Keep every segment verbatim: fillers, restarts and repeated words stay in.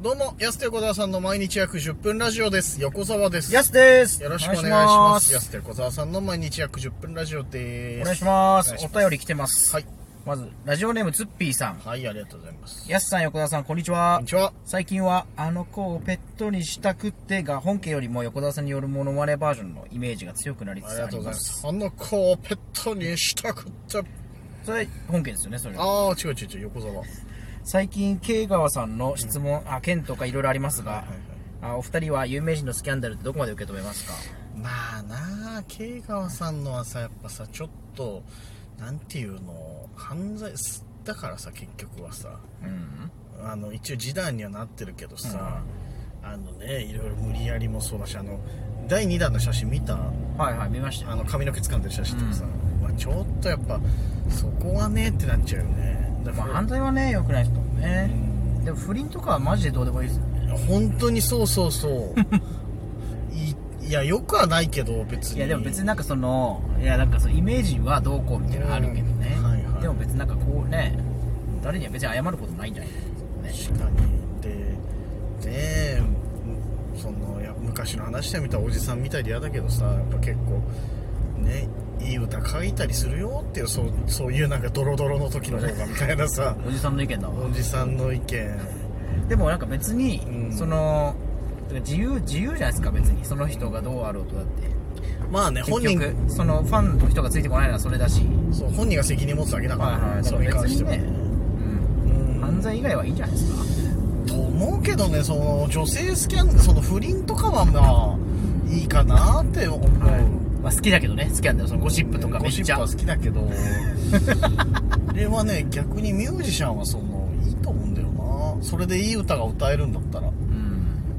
どうも、安手小沢さんの毎日約じゅっぷんラジオです。横澤です。 安です。 よろしくお願いします。安手小沢さんの毎日約じゅっぷんラジオです。 お願いします。お便り来てます。 はい。 まず、ラジオネームツッピーさん。 はい、ありがとうございます。 安さん、横澤さん、こんにちは。 こんにちは。 最近は、あの子をペットにしたくってが、本家よりも横澤さんによるモノマネバージョンのイメージが強くなりつつあります。 ありがとうございます。あの子をペットにしたくって。 それ、本家ですよね、それ。 ああ、違う違う違う、横澤。 最近、慶川さんの質問、うん、あ、剣とかいろいろありますが、はいはいはい、あ、お二人は有名人のスキャンダルってどこまで受け止めますか？ まあなあ、慶川さんのはさ、やっぱさ、ちょっと、なんていうの、犯罪だからさ、結局はさ、うん、あの、一応示談にはなってるけどさ、うん、あのね、いろいろ無理やりもそうだし、あの、だいにだんの写真見た？ はいはい、見ましたよ。 あの、髪の毛掴んでる写真とかさ、うん、まあ、ちょっとやっぱ、そこはねってなっちゃうよね。 まあ、犯罪はね、良くないですもんね、うん、でも不倫とかはマジでどうでもいいですよね。 本当にそうそうそうい, いやよくはないけど別に。 いやでも別になんかそのいやなんかそのイメージはどうこうみたいなのあるけどね、うん、はいはい、でも別になんかこうね、誰には別に謝ることないんじゃないですかね。 確かに。ででそのや昔の話で見たおじさんみたいで嫌だけどさ、やっぱ結構ね、いい歌書いたりするよっていう、そう、そういうなんかドロドロの時の方がみたいなさおじさんの意見だわ。 おじさんの意見でもなんか別に、うん、その自由自由じゃないですか。別にその人がどうあろうとだって、 まあね、本人そのファンの人がついてこないのはそれだし、 そう、本人が責任持つだけだから、 はいはい、それに関してはね、うんうん、犯罪以外はいいんじゃないですかと思うけどね。その女性スキャンダル、その不倫とかはまあいいかなって思う、はい、 まあ、好きだけどね、スキャンダル、そのゴシップとかめっちゃ、ゴシップは好きだけどあれはね、逆にミュージシャンはそのいいと思うんだよな。それでいい歌が歌えるんだったら、うん、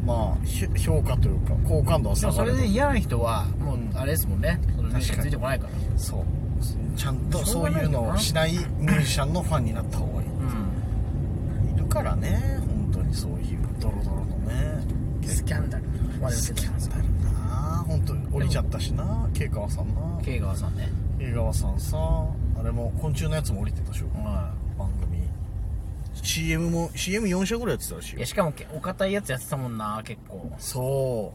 まあ評価というか好感度は下がる。 それで嫌な人はもうあれですもんね、そのミュージシャンついてこないから。 そう、ちゃんとそういうのをしないミュージシャンのファンになった方がいい、うん、いるからね、本当にそういうドロドロのねスキャンダル、 スキャンダルな、本当に降りちゃったしな、慶川さんな。 慶川さんね、 慶川さんさ、あれも昆虫のやつも降りてたでしょ、はい、番組 シーエム も シーエムよん 社ぐらいやってたらしいよ。 いや、しかもお堅いやつやってたもんな、結構。 そう、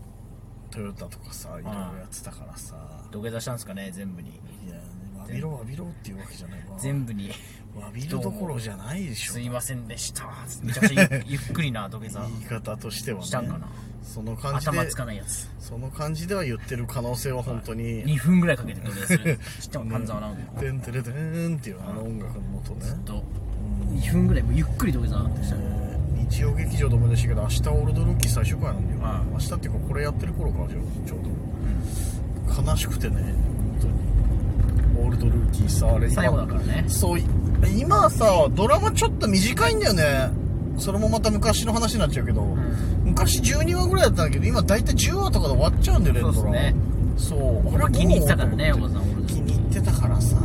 トヨタとかさ、いろいろやってたからさ。 土下座したんですかね、全部に。 いや、わびろわびろっていうわけじゃないわ。 全部にわびるどころじゃないでしょ。 すいませんでしためちゃくちゃゆ, ゆっくりな土下座言い方としてはね、 したんかな。 その感じで頭つかないやつ、 その感じでは言ってる可能性は本当に、はい、 にふんぐらいかけて土下座する知っても半沢直樹てんてれてんっていうあの音楽の元ね、 ずっとにふんぐらいもうゆっくり土下座ってしたね。 日曜劇場で思い出したけど、明日オールドルーキー最終回なんだよ、はい、明日っていうかこれやってる頃からちょうど、うん、悲しくてね、本当にオールドルーキーさ、あれ最後だからね。 そう、今さドラマちょっと短いんだよね。それもまた昔の話になっちゃうけど、うん、昔じゅうにわぐらいだったんだけど、今大体じゅうわとかで終わっちゃうんだよね。 そうですね。 そう、 俺気に入ってたからね、おばさん。 気に入ってたからさ、うん、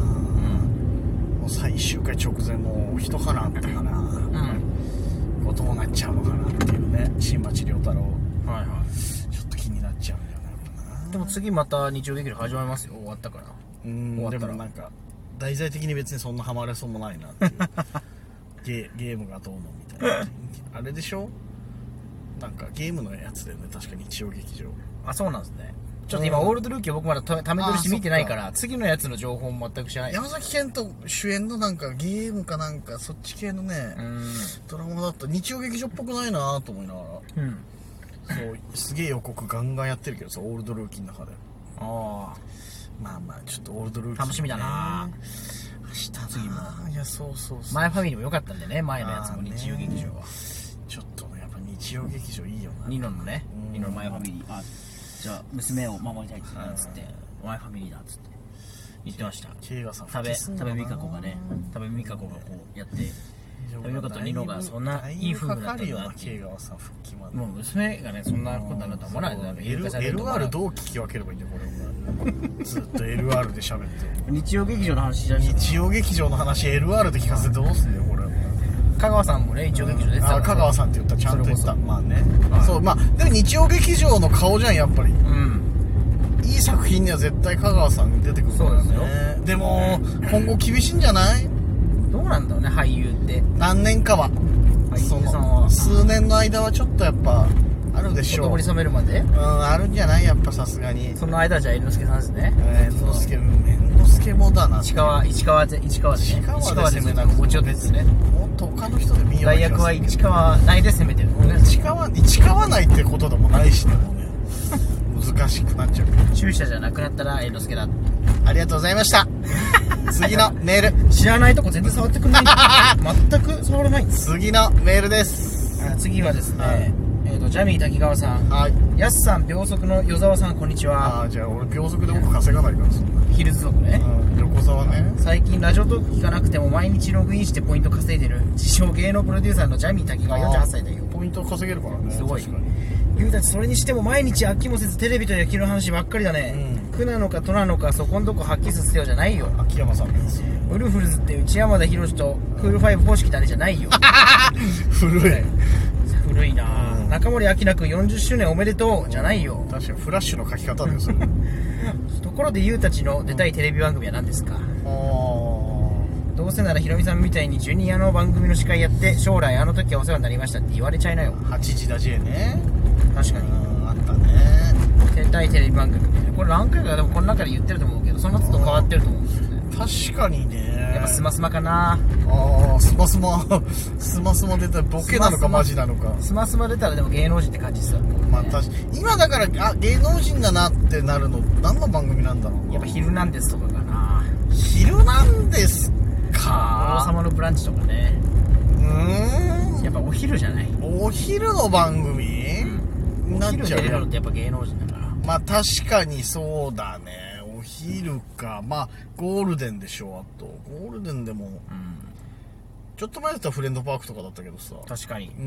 もう最終回直前もう一花あったから、うん、こうどうなっちゃうのかなっていうね、新町亮太郎、はいはい、ちょっと気になっちゃうんだよね、やっぱな。 でも次また日曜劇場始まりますよ、終わったから。 うん、終わったらでもなんか題材的に別にそんなハマれそうもないなっていうゲ, ゲームがどうのみたいなあれでしょ、なんかゲームのやつでね、確か日曜劇場。 あ、そうなんですね。ちょっと今、うん、オールドルーキー僕まだため撮りして見てないから、次のやつの情報も全く知らない。 山崎賢人主演のなんかゲームかなんかそっち系のね、うん、ドラマだった日曜劇場っぽくないなと思いながら、うん、そうすげえ予告ガンガンやってるけどさ、オールドルーキーの中で。ああ、まあまあちょっとオールドルーキー、ね、 楽しみだな。 明日次も。いや、そうそうそう。 マイファミリーも良かったんでね、前のやつも日曜劇場は。 ちょっとね、やっぱ日曜劇場いいよな。 ニノのね、ニノのマイファミリー。あ、じゃあ娘を守りたいっつって、マイファミリーだっつって言ってました。 慶賀さん、 食べ食べ美香子がね、食べ美香子がこうやって。食べ美香子とニノがそんないい風になったんだなっていう。もう娘がね、そんなことになるとは思わないで、なんかエルアール どう聞き分ければいいんだよ、これ。ずっと エルアール で喋って日曜劇場の話じゃない。 日曜劇場の話 エルアール で聞かせてどうすんだよ、これ。 香川さんもね、日曜劇場出てたから。 あ、香川さんって言ったらちゃんと言った。まあね、はい、そう、まあでも日曜劇場の顔じゃん、やっぱり。うん、いい作品には絶対香川さん出てくるからね。そうですよ。でも今後厳しいんじゃない？ どうなんだろうね、俳優って。 何年かはその数年の間はちょっとやっぱあるでしょう。 ほとぼり冷めるまで、 うん、あるんじゃない、やっぱさすがに。 その間はじゃあ猿之助さんですね。 猿之助、猿之助もだな。 市川市川で市川でね、市川で攻めた心地よですね。 もっと他の人で見よう。 大役は市川内で攻めてるもんね。 市川市川内ってことでもないしね、もうね難しくなっちゃう。 注射じゃなくなったら猿之助だ。 ありがとうございました次のメール。 知らないとこ全然触ってくんない全く触らないんです。 次のメールです。 あ、次はですね、はい、えーとジャミー滝川さん、はい、ヤスさん、秒速の与沢さん、こんにちは。 あ、じゃあ俺秒速で僕稼がないから、そんなヒルズ族ね、 うん、横沢ね。 最近ラジオトーク聞かなくても毎日ログインしてポイント稼いでる自称芸能プロデューサーのジャミー滝川よんじゅうはっさいだよ。 ポイント稼げるからね、 すごい。ゆうたちそれにしても毎日飽きもせずテレビと野球の話ばっかりだね、うん、苦なのかとなのかそこんとこ発揮させてよじゃないよ。 秋山さんです。 ウルフルズって内山田博とクールファイブ方式だねじゃないよ古い古いな、うん、中森明菜君よんじゅっしゅうねんおめでとうじゃないよ。 確かにフラッシュの書き方ですよところでゆうたちの出たいテレビ番組は何ですか？ あ、 どうせならひろみさんみたいにジュニアの番組の司会やって将来あの時はお世話になりましたって言われちゃいなよ。 はちじだ J ね。 確かにあったね。 出たいテレビ番組ね。これ何回かでもこの中で言ってると思うけど、その都度変わってると思うんですよね。 確かにね。 やっぱスマスマかな。 ああ、スマスマスマスマ出たらボケなのかマジなのか。 スマスマ出たらでも芸能人って感じですよ、ね。 まあ確かに今だからあ芸能人だなってなるの何の番組なんだろうな。 やっぱヒルナンデスとかかな。 ヒルナンデスか。 王様のブランチとかね。 うーん。 やっぱお昼じゃない。 お昼の番組、うん、 お昼出れるのってやっぱ芸能人だから。 まあ確かにそうだね。お昼か。まあゴールデンでしょ。あとゴールデンでも、うん、ちょっと前だったらフレンドパークとかだったけどさ。 確かに。 うん。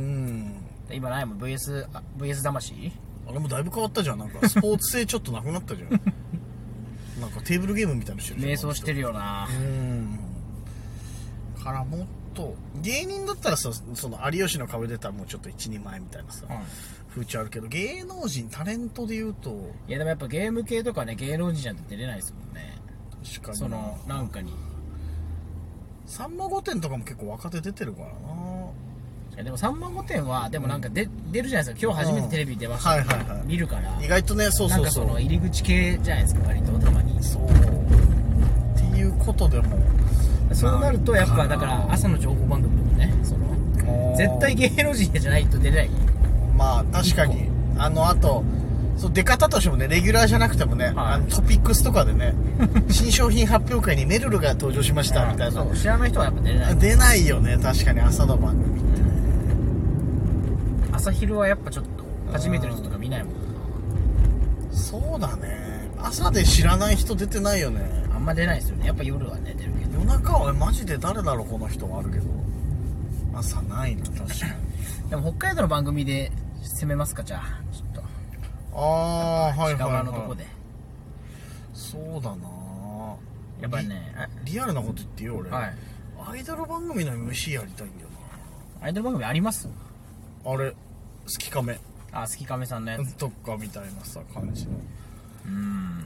今ないもん ブイエス あ ブイエス 魂。 あれもだいぶ変わったじゃん。なんかスポーツ性ちょっとなくなったじゃんなんかテーブルゲームみたいなのしてるじゃん。 瞑想してるよな。 うんからもっと芸人だったらさ、その有吉の壁出たらもうちょっと一人前みたいなさ、うん、風潮あるけど、芸能人タレントで言うと、 いやでもやっぱゲーム系とかね、芸能人じゃんって出れないですもんね。 確かに。 そのなんかにさんま御殿とかも結構若手出てるからな。 いやでもさんま御殿はでもなんかで、うん、出るじゃないですか。今日初めてテレビに出ました、うん、はいはいはい、見るから意外とね。そうそうそう、なんかその入り口系じゃないですか、割とたまに。 そうっていうことでもそうなるとやっぱだから朝の情報番組とかね、その絶対芸能人じゃないと出れない。 まあ確かに。あのあとそう出方としてもね、レギュラーじゃなくてもね、はい、あのトピックスとかでね新商品発表会にメルルが登場しましたみたいな、 そう知らない人はやっぱ出れない。 出ないよね、確かに朝の番組って、ね、 朝昼はやっぱちょっと初めての人とか見ないもんな。 そうだね、朝で知らない人出てないよね。 あんま出ないですよね。やっぱ夜はね出るけど、 夜中はマジで誰だろうこの人はあるけど、朝ないの確かにでも北海道の番組で攻めますか、じゃあちょっと。 ああ、はいはいはい、 近場のとこで。 そうだな、 やっぱりねリ、リアルなこと言ってよ俺、はい、アイドル番組の エムシー やりたいんだよな。アイドル番組あります？ あれ、好きカメ。 あ、好きカメさんのやつとかみたいなさ感じの。うん、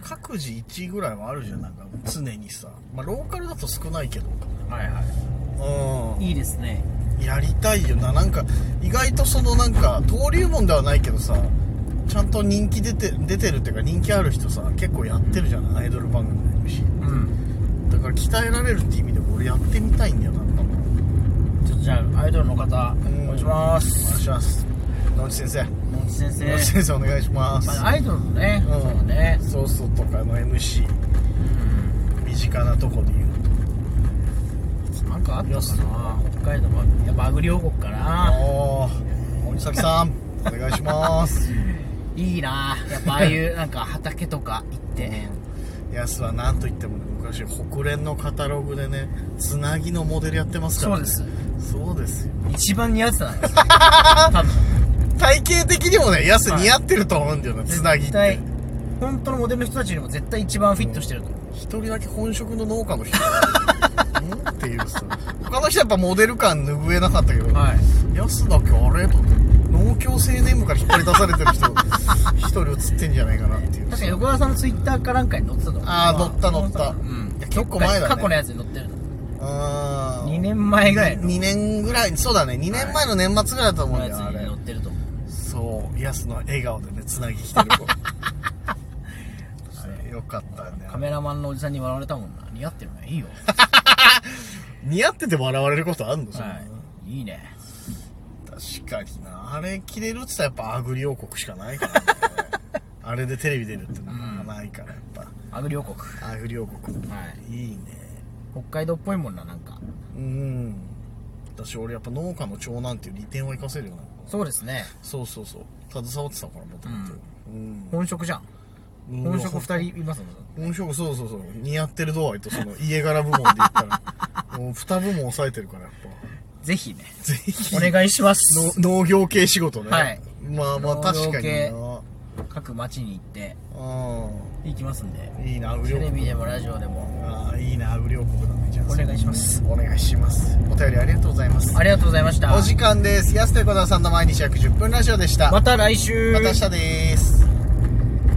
各自いちいぐらいはあるじゃん、なんか常にさ。まあローカルだと少ないけど。 はいはい。うん。いいですね。 やりたいよな。なんか意外とそのなんか登竜門ではないけどさ、ちゃんと人気出て出てるっていうか人気ある人さ結構やってるじゃん、アイドル番組の エムシー。うん。だから鍛えられるって意味でも俺やってみたいんだよな。 ちょっとじゃあアイドルの方、お願いします。 お願いします。野内先生。 野内先生。 野内先生お願いします。 まあ、アイドルのね、うん、そうね。 そうそうとかの エムシー、うん、身近なとこで言うと。 なんかあったかな。北海道はやっぱアグリ王国かな。 おー、森崎さんお願いします。 いいな。やっぱああいうなんか畑とか行って。 ヤスは何と言っても、ね、昔国連のカタログでねつなぎのモデルやってますからね。 そうです。 そうですよ。 一番似合ってたんですよ多分体型的にもねヤス似合ってると思うんだよな、はい、つなぎって。 本当のモデルの人たちにも絶対一番フィットしてると思う。 一人だけ本職の農家の人んっていうさ、他の人やっぱモデル感拭えなかったけど、はい、ヤスだけあれと農協青年部から引っ張り出されてる人一人写ってんじゃないかなっていう。 確かに横川さんのツイッターかなんかに載ってたと思う。 ああ、載った載った、うん、いや結構前だね。 過去のやつに載ってるの。 ああ、 ににねんまえぐらいのにねんぐらい、そうだね、にねんまえの年末ぐらいだと思うんだよ、 はい、あれ乗ってると思う。 そうヤスの笑顔でねつなぎ来てる子よかったね。 カメラマンのおじさんに笑われたもんな。似合ってるね。いいよ似合ってて笑われることあんの？ はい、いいね。 確かにな。あれ着れるって言ったらやっぱアグリ王国しかないからねあれでテレビ出るってのはないからやっぱ、 うん、アグリ王国アグリ王国、はい、いいね。 北海道っぽいもんな。なんかうん、私俺やっぱ農家の長男っていう利点を生かせるよな。 そうですね。 そうそうそう携わってたからもともと本職じゃん。本職ふたりいますもん。 本職そうそうそう似合ってる度合いとその家柄部門で言ったらもうに部門抑えてるからやっぱぜひねぜひお願いします。 農業系仕事ね。 はい。 まあまあ確かにな。 各町に行って行きますんで。 いいな。 テレビでもラジオでも。 ああいいな。アグリ王国だね。じゃあお願いします。 お願いします。お便りありがとうございます。 ありがとうございました。 お時間です。安手小沢さんの毎日約じゅっぷんラジオでした。 また来週。 また明日です。